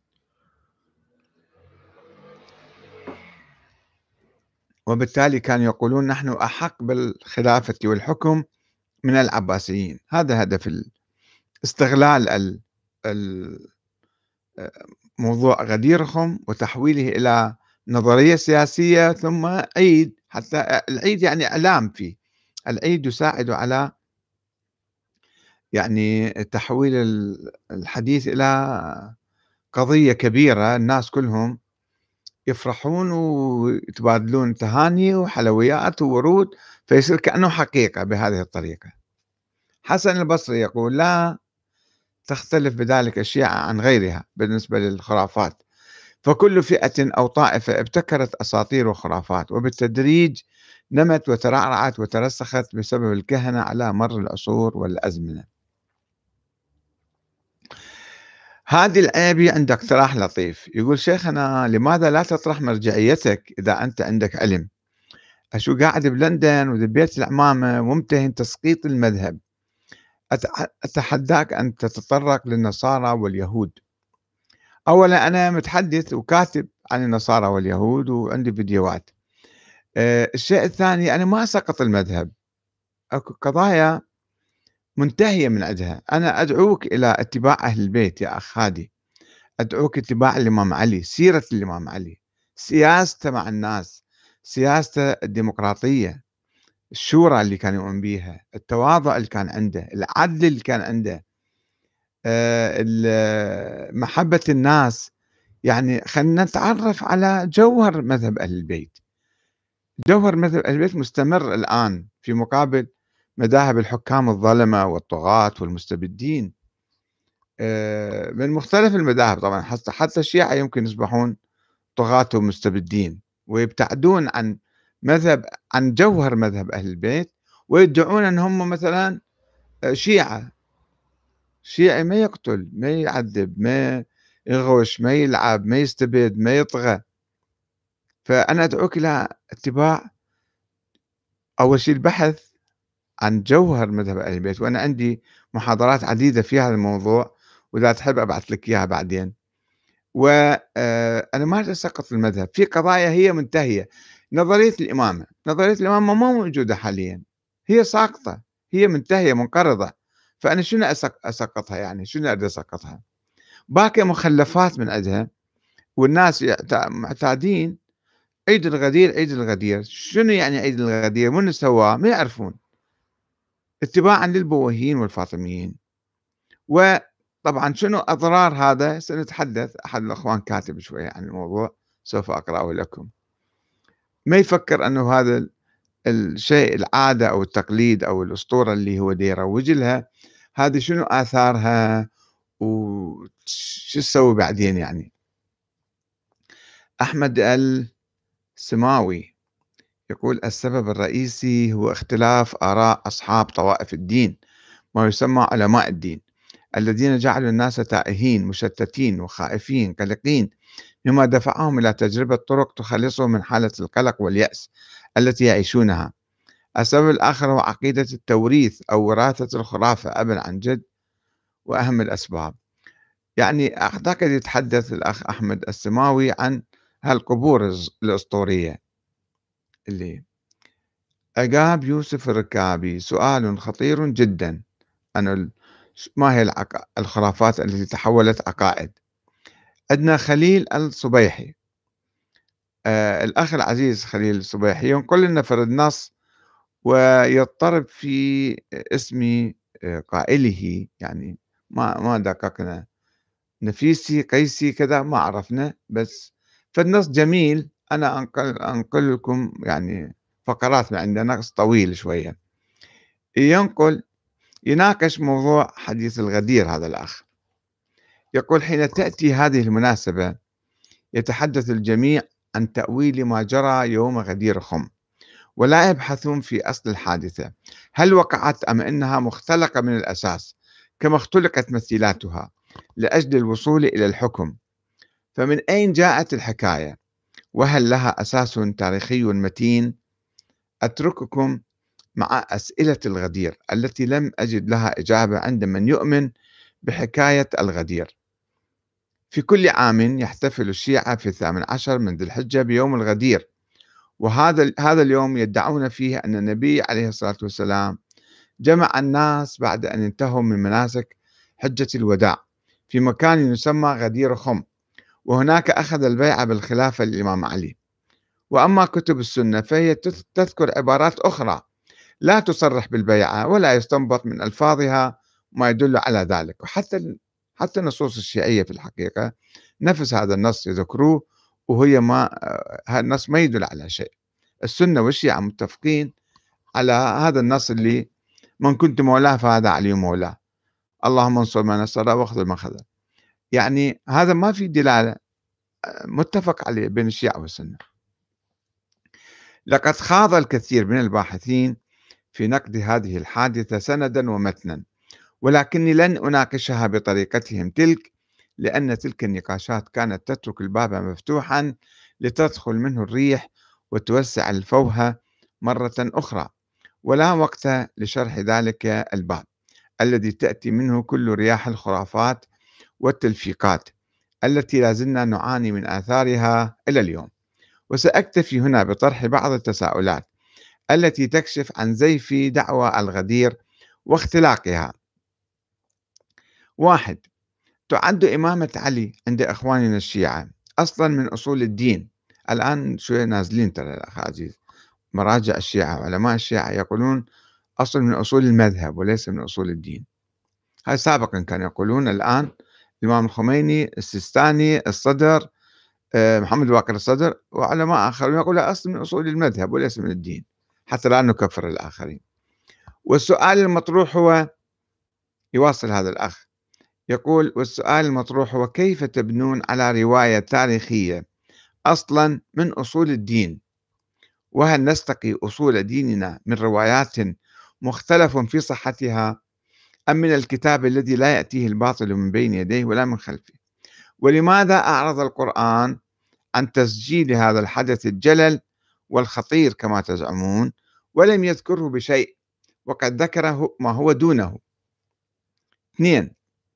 وبالتالي كانوا يقولون نحن أحق بالخلافة والحكم من العباسيين. هذا هدف استغلال موضوع غديرهم وتحويله إلى نظرية سياسية ثم عيد، حتى العيد يعني إعلام فيه، العيد يساعد على يعني تحويل الحديث إلى قضية كبيرة، الناس كلهم يفرحون ويتبادلون تهاني وحلويات وورود، فيصير كأنه حقيقة بهذه الطريقة. حسن البصري يقول: لا تختلف بذلك الشيعة عن غيرها بالنسبة للخرافات، فكل فئة أو طائفة ابتكرت أساطير وخرافات، وبالتدريج نمت وترعرعت وترسخت بسبب الكهنة على مر العصور والأزمنة. هادي العيبي عنده اقتراح لطيف، يقول: شيخنا لماذا لا تطرح مرجعيتك إذا أنت عندك علم؟ أشو قاعد بلندن وذبيت العمامة وممتهن تسقيط المذهب، أتحداك أن تتطرق للنصارى واليهود. أولا أنا متحدث وكاتب عن النصارى واليهود وعندي فيديوهات. الشيء الثاني أنا ما أسقط المذهب، أكو قضايا منتهية من عندها. أنا أدعوك إلى اتباع أهل البيت يا أخ هادي، أدعوك اتباع الإمام علي، سيرة الإمام علي، سياسته مع الناس، سياسته الديمقراطية، الشورى اللي كان يؤمن بيها، التواضع اللي كان عنده، العدل اللي كان عنده، محبة الناس. يعني خلينا نتعرف على جوهر مذهب أهل البيت. جوهر مذهب أهل البيت مستمر الآن في مقابل مذاهب الحكام الظلمة والطغاة والمستبدين من مختلف المذاهب طبعا، حتى الشيعة يمكن يصبحون طغاة ومستبدين، ويبتعدون مذهب عن جوهر مذهب أهل البيت، ويدعون أن هم مثلا شيعة. شيعي ما يقتل، ما يعذب، ما يغوش، ما يلعب، ما يستبد، ما يطغى. فأنا أدعوك إلى اتباع أول شيء البحث عن جوهر مذهب أهل البيت، وأنا عندي محاضرات عديدة في هذا الموضوع، وإذا تحب أبعث لك إياها بعدين. وأنا ما أريد أسقط المذهب في قضايا هي منتهية. نظرية الإمامة ما موجودة حاليا، هي ساقطة، هي منتهية منقرضة. فأنا شنو أسقطها؟ يعني شنو أريد أسقطها؟ باقي مخلفات من عندها، والناس معتادين. عيد الغدير، عيد الغدير، شنو يعني عيد الغدير؟ من سواه؟ ما يعرفون، اتباعا للبويهيين والفاطميين. وطبعا شنو أضرار هذا؟ سنتحدث، أحد الأخوان كاتب شوية عن الموضوع، سوف أقرأه لكم. ما يفكر أنه هذا الشيء، العادة أو التقليد أو الأسطورة اللي هو دي يروج لها، هذه شنو آثارها وش تسوي بعدين يعني. أحمد السماوي يقول: السبب الرئيسي هو اختلاف آراء أصحاب طوائف الدين، ما يسمى علماء الدين، الذين جعلوا الناس تائهين مشتتين وخائفين قلقين، مما دفعهم إلى تجربة طرق تخلصهم من حالة القلق واليأس التي يعيشونها. السبب الآخر هو عقيدة التوريث أو وراثة الخرافة أبا عن جد، وأهم الأسباب. يعني أعتقد يتحدث الأخ أحمد السماوي عن هالقبور الأسطورية. اللي أجاب يوسف الركابي: سؤال خطير جدا. عن ما هي الخرافات التي تحولت عقائد. عندنا خليل الصبيحي، الأخ العزيز خليل الصبيحي ينقل لنا فرد نص ويضطرب في اسم قائله، يعني ما دققنا، نفيسي قيسي كذا ما عرفنا، بس فالنص جميل. أنا أنقل لكم يعني فقرات من عندنا، نص طويل شوية، يناقش موضوع حديث الغدير. هذا الأخ يقول: حين تأتي هذه المناسبة يتحدث الجميع عن تأويل ما جرى يوم غدير خم، ولا يبحثون في أصل الحادثة، هل وقعت أم أنها مختلقة من الأساس كما اختلقت مثيلاتها لأجل الوصول إلى الحكم. فمن أين جاءت الحكاية؟ وهل لها أساس تاريخي متين؟ أترككم مع أسئلة الغدير التي لم أجد لها إجابة عند من يؤمن بحكاية الغدير. في كل عام يحتفل الشيعة في 18 من ذي الحجة بيوم الغدير، وهذا اليوم يدعون فيه أن النبي عليه الصلاة والسلام جمع الناس بعد أن انتهوا من مناسك حجة الوداع في مكان يسمى غدير خم، وهناك أخذ البيعة بالخلافة للإمام علي. وأما كتب السنة فهي تذكر عبارات أخرى لا تصرح بالبيعة، ولا يستنبط من ألفاظها ما يدل على ذلك. حتى النصوص الشيعية في الحقيقة نفس هذا النص يذكروه، وهي ما هذا النص ما يدل على شيء. السنة والشيعة متفقين على هذا النص اللي: من كنت مولاه فهذا علي مولاه، اللهم انصر من نصر واخذل من خذل. يعني هذا ما في دلالة، متفق عليه بين الشيعة والسنة. لقد خاض الكثير من الباحثين في نقد هذه الحادثة سندا ومتنا، ولكني لن أناقشها بطريقتهم تلك، لأن تلك النقاشات كانت تترك الباب مفتوحا لتدخل منه الريح وتوسع الفوهة مرة أخرى، ولا وقت لشرح ذلك الباب الذي تأتي منه كل رياح الخرافات والتلفيقات التي لازلنا نعاني من آثارها إلى اليوم. وسأكتفي هنا بطرح بعض التساؤلات التي تكشف عن زيف دعوى الغدير واختلاقها. 1. تعد إمامة علي عند إخواننا الشيعة أصلا من أصول الدين. الآن شوية نازلين ترى الأخ عزيز، مراجع الشيعة وعلماء الشيعة يقولون أصل من أصول المذهب وليس من أصول الدين. هاي سابقا كانوا يقولون، الآن الإمام الخميني، السيستاني، الصدر، محمد باقر الصدر وعلماء آخرون يقولون أصل من أصول المذهب وليس من الدين، حتى لا نكفر الآخرين. والسؤال المطروح هو، يواصل هذا الأخ يقول: والسؤال المطروح هو كيف تبنون على رواية تاريخية أصلا من أصول الدين، وهل نستقي أصول ديننا من روايات مختلف في صحتها أم من الكتاب الذي لا يأتيه الباطل من بين يديه ولا من خلفه؟ ولماذا أعرض القرآن عن تسجيل هذا الحدث الجلل والخطير كما تزعمون ولم يذكره بشيء وقد ذكره ما هو دونه؟ 2.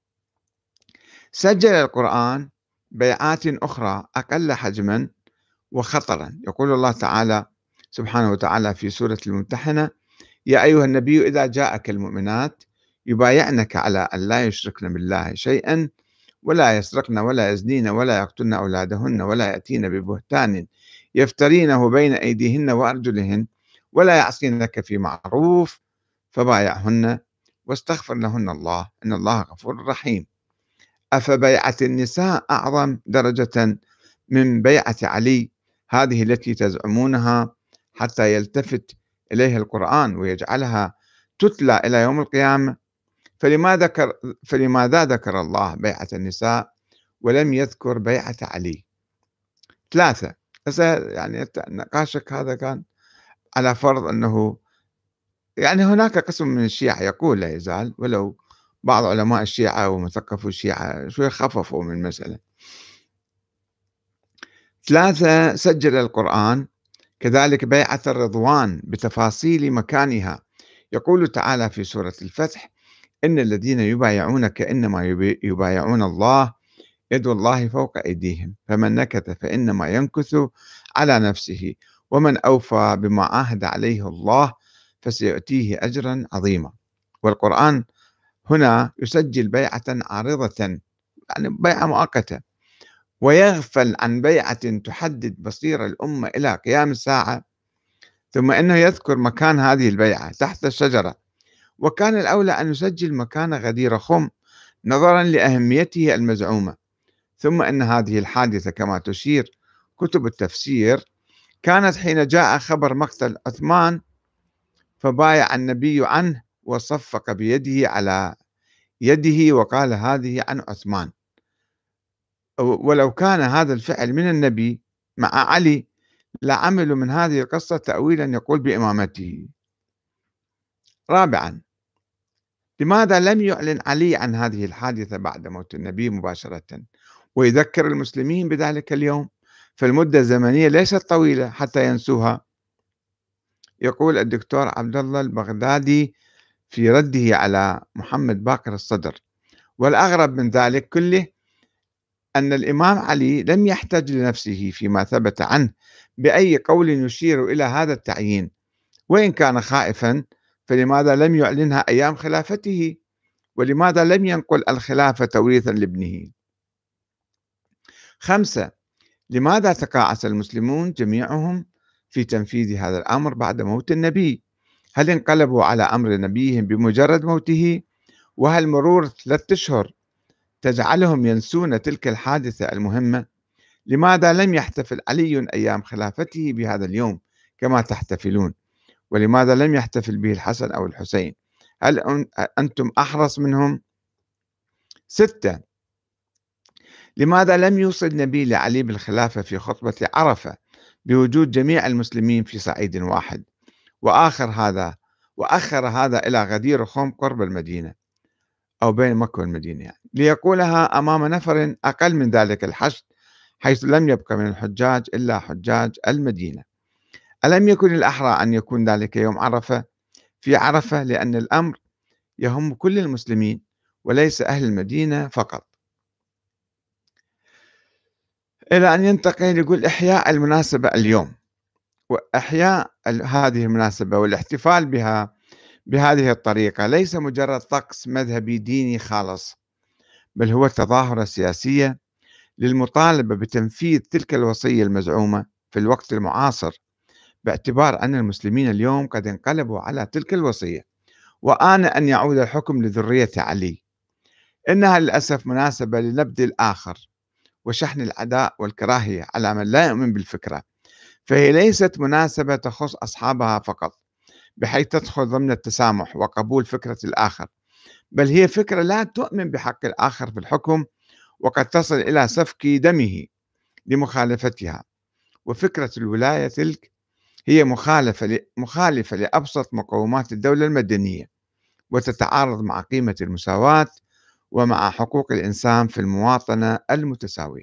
سجل القرآن بيعات أخرى أقل حجما وخطرا. يقول الله تعالى سبحانه وتعالى في سورة الممتحنة: يا أيها النبي إذا جاءك المؤمنات يبايعنك على أن لا يشركن بالله شيئا ولا يسرقن ولا يزنين ولا يقتلن أولادهن ولا يأتين ببهتان يفترينه بين أيديهن وأرجلهن ولا يعصينك في معروف فبايعهن واستغفر لهن الله إن الله غفور رحيم. أفبيعة النساء أعظم درجة من بيعة علي هذه التي تزعمونها حتى يلتفت إليها القرآن ويجعلها تتلى إلى يوم القيامة؟ فلماذا ذكر الله بيعة النساء ولم يذكر بيعة علي؟ 3. يعني نقاشك هذا كان على فرض أنه يعني هناك قسم من الشيعة يقول لا يزال، ولو بعض علماء الشيعة ومثقفو الشيعة شوي خففوا من المسألة. 3. سجل القرآن كذلك بيعة الرضوان بتفاصيل مكانها. يقول تعالى في سورة الفتح: إن الذين يبايعونك إنما يبايعون الله يد الله فوق أيديهم فمن نكث فإنما ينكث على نفسه ومن أوفى بما عاهد عليه الله فسيؤتيه أجرا عظيما. والقرآن هنا يسجل بيعة عارضة، يعني بيعة مؤقتة، ويغفل عن بيعة تحدد مصير الأمة إلى قيام الساعة، ثم إنه يذكر مكان هذه البيعة تحت الشجرة، وكان الأولى أن يسجل مكان غدير خم نظرا لأهميته المزعومة. ثم إن هذه الحادثة كما تشير كتب التفسير كانت حين جاء خبر مقتل عثمان فبايع النبي عنه وصفق بيده على يده وقال: هذه عن عثمان. ولو كان هذا الفعل من النبي مع علي لعملوا من هذه القصة تأويلا يقول بإمامته. 4. لماذا لم يعلن علي عن هذه الحادثة بعد موت النبي مباشرة ويذكر المسلمين بذلك اليوم؟ فالمدة الزمنية ليست طويلة حتى ينسوها. يقول الدكتور عبد الله البغدادي في رده على محمد باقر الصدر: والأغرب من ذلك كله أن الإمام علي لم يحتج لنفسه فيما ثبت عنه بأي قول يشير إلى هذا التعيين، وإن كان خائفا فلماذا لم يعلنها أيام خلافته؟ ولماذا لم ينقل الخلافة توريثا لابنه؟ 5. لماذا تقاعس المسلمون جميعهم في تنفيذ هذا الأمر بعد موت النبي؟ هل انقلبوا على أمر نبيهم بمجرد موته؟ وهل مرور 3 أشهر تجعلهم ينسون تلك الحادثة المهمة؟ لماذا لم يحتفل علي أيام خلافته بهذا اليوم كما تحتفلون؟ ولماذا لم يحتفل به الحسن أو الحسين؟ هل أنتم أحرص منهم؟ 6. لماذا لم يوصي النبي لعلي بالخلافة في خطبة عرفة بوجود جميع المسلمين في صعيد واحد، وأخر هذا إلى غدير خم قرب المدينة أو بين مكة والمدينة، يعني ليقولها أمام نفر أقل من ذلك الحشد حيث لم يبق من الحجاج إلا حجاج المدينة؟ ألم يكن الأحرى أن يكون ذلك يوم عرفة في عرفة لأن الأمر يهم كل المسلمين وليس أهل المدينة فقط؟ إلى أن ينتقل يقول: إحياء المناسبة اليوم، وإحياء هذه المناسبة والاحتفال بها بهذه الطريقة ليس مجرد طقس مذهبي ديني خالص، بل هو تظاهرة سياسية للمطالبة بتنفيذ تلك الوصية المزعومة في الوقت المعاصر، باعتبار أن المسلمين اليوم قد انقلبوا على تلك الوصية وآن أن يعود الحكم لذرية علي. إنها للأسف مناسبة لنبذ الآخر وشحن العداء والكراهية على من لا يؤمن بالفكرة، فهي ليست مناسبة تخص أصحابها فقط بحيث تدخل ضمن التسامح وقبول فكرة الآخر، بل هي فكرة لا تؤمن بحق الآخر في الحكم وقد تصل إلى سفك دمه لمخالفتها. وفكرة الولاية تلك هي مخالفة لأبسط مقومات الدولة المدنية، وتتعارض مع قيمة المساواة ومع حقوق الإنسان في المواطنة المتساوية.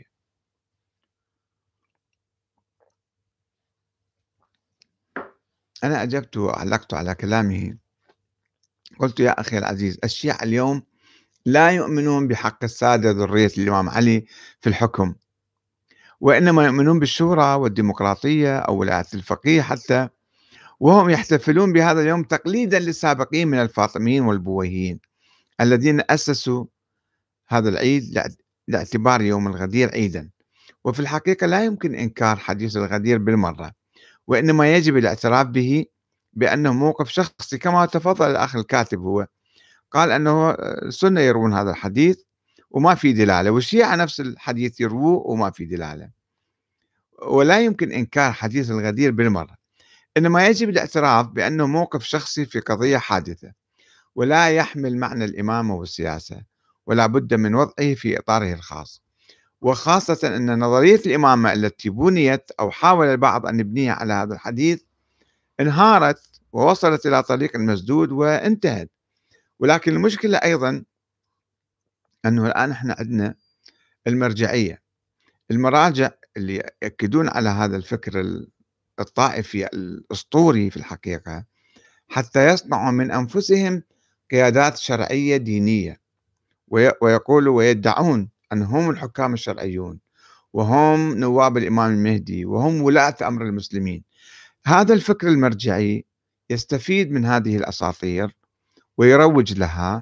أنا أجبت وأعلقت على كلامه، قلت: يا أخي العزيز، الشيعة اليوم لا يؤمنون بحق السادة ذرية الإمام علي في الحكم، وإنما يؤمنون بالشورى والديمقراطية أو ولاية الفقيه حتى، وهم يحتفلون بهذا اليوم تقليدا للسابقين من الفاطميين والبويهيين الذين أسسوا هذا العيد لاعتبار يوم الغدير عيدا. وفي الحقيقة لا يمكن إنكار حديث الغدير بالمرة، وإنما يجب الاعتراف به بأنه موقف شخصي، كما تفضل الأخ الكاتب. هو قال أنه السنة يروون هذا الحديث وما في دلالة، والشيعة نفس الحديث يروه وما في دلالة، ولا يمكن إنكار حديث الغدير بالمرة، إنما يجب الاعتراف بأنه موقف شخصي في قضية حادثة، ولا يحمل معنى الإمامة والسياسة، ولا بد من وضعه في إطاره الخاص. وخاصة أن نظرية الإمامة التي بنيت أو حاول البعض أن يبنيها على هذا الحديث انهارت ووصلت إلى طريق مسدود وانتهت. ولكن المشكلة أيضا أنه الآن احنا عندنا المرجعية، المراجع اللي يأكدون على هذا الفكر الطائفي الأسطوري في الحقيقة، حتى يصنعوا من أنفسهم قيادات شرعية دينية، ويقولوا ويدعون أنهم الحكام الشرعيون، وهم نواب الإمام المهدي، وهم ولاة أمر المسلمين. هذا الفكر المرجعي يستفيد من هذه الأساطير ويروج لها،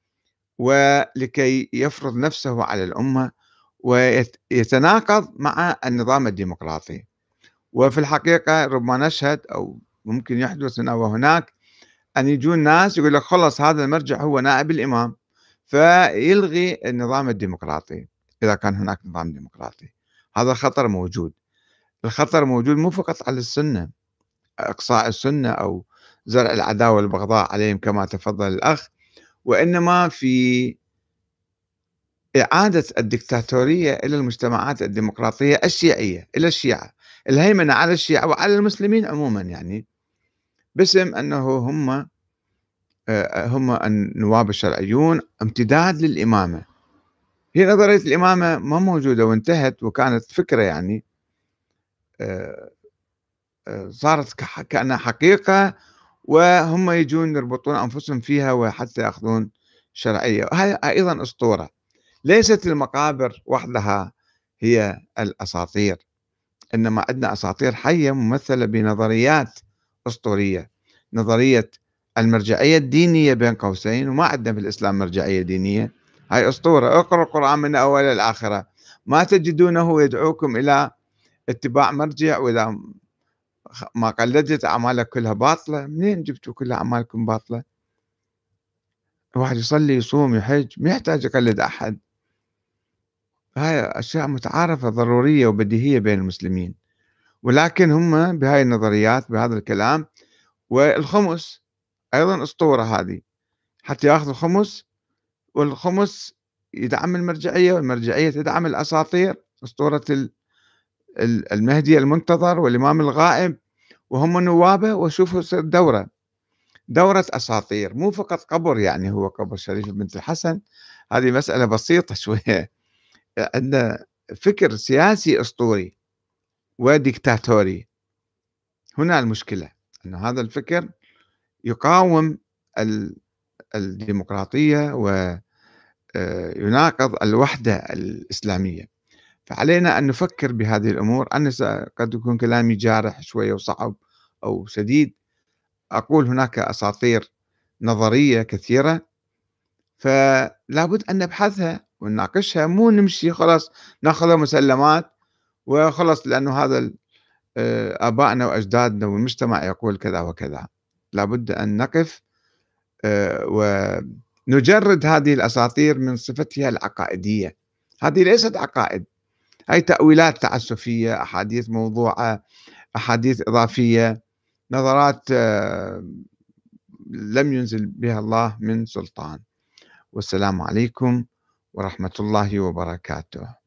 ولكي يفرض نفسه على الأمة ويتناقض مع النظام الديمقراطي. وفي الحقيقة ربما نشهد أو ممكن يحدث هنا وهناك أن يجون ناس يقول لك خلص هذا المرجع هو نائب الإمام، فيلغي النظام الديمقراطي إذا كان هناك نظام ديمقراطي. هذا خطر موجود. الخطر موجود مو فقط على السنة، إقصاء السنة أو زرع العداوة والبغضاء عليهم كما تفضل الأخ، وإنما في إعادة الدكتاتورية إلى المجتمعات الديمقراطية الشيعية، إلى الشيعة، الهيمنة على الشيعة وعلى المسلمين عموما، يعني باسم أنه هم النواب الشرعيون، امتداد للإمامة. هي نظرية الإمامة ما موجودة وانتهت، وكانت فكرة يعني آه، صارت كأنها حقيقة، وهم يجون يربطون أنفسهم فيها وحتى يأخذون شرعية. هذه أيضا أسطورة. ليست المقابر وحدها هي الأساطير، إنما عندنا أساطير حية ممثلة بنظريات أسطورية. نظرية المرجعية الدينية بين قوسين، وما عندنا في الإسلام مرجعية دينية، هاي أسطورة. اقرأ القرآن من أوله لآخره ما تجدونه يدعوكم إلى اتباع مرجع، وإذا ما قلدت أعمالك كلها باطلة. منين جبتوا كل أعمالكم باطلة؟ الواحد يصلي يصوم يحج ما يحتاج يقلد أحد. هاي أشياء متعارفة ضرورية وبديهية بين المسلمين، ولكن هم بهاي النظريات بهذا الكلام. والخمس أيضا أسطورة هذه، حتى يأخذ الخمس، والخمس يدعم المرجعية، والمرجعية تدعم الأساطير، أسطورة المهدي المنتظر والإمام الغائب وهم نوابه. وشوفوا دورة أساطير، مو فقط قبر، يعني هو قبر شريف بنت الحسن، هذه مسألة بسيطة شوية. عندنا فكر سياسي أسطوري وديكتاتوري. هنا المشكلة، أن هذا الفكر يقاوم الديمقراطية ويناقض الوحدة الإسلامية. فعلينا أن نفكر بهذه الأمور. أنا قد يكون كلامي جارح شوية وصعب أو شديد، أقول هناك أساطير نظرية كثيرة، فلا بد أن نبحثها ونناقشها، مو نمشي خلاص ناخذها مسلمات وخلص لأنه هذا آبائنا وأجدادنا والمجتمع يقول كذا وكذا. لا بد أن نقف ونجرد هذه الأساطير من صفتها العقائدية. هذه ليست عقائد، هاي تأويلات تعسفية، أحاديث موضوعة، أحاديث إضافية، نظرات لم ينزل بها الله من سلطان. والسلام عليكم ورحمة الله وبركاته.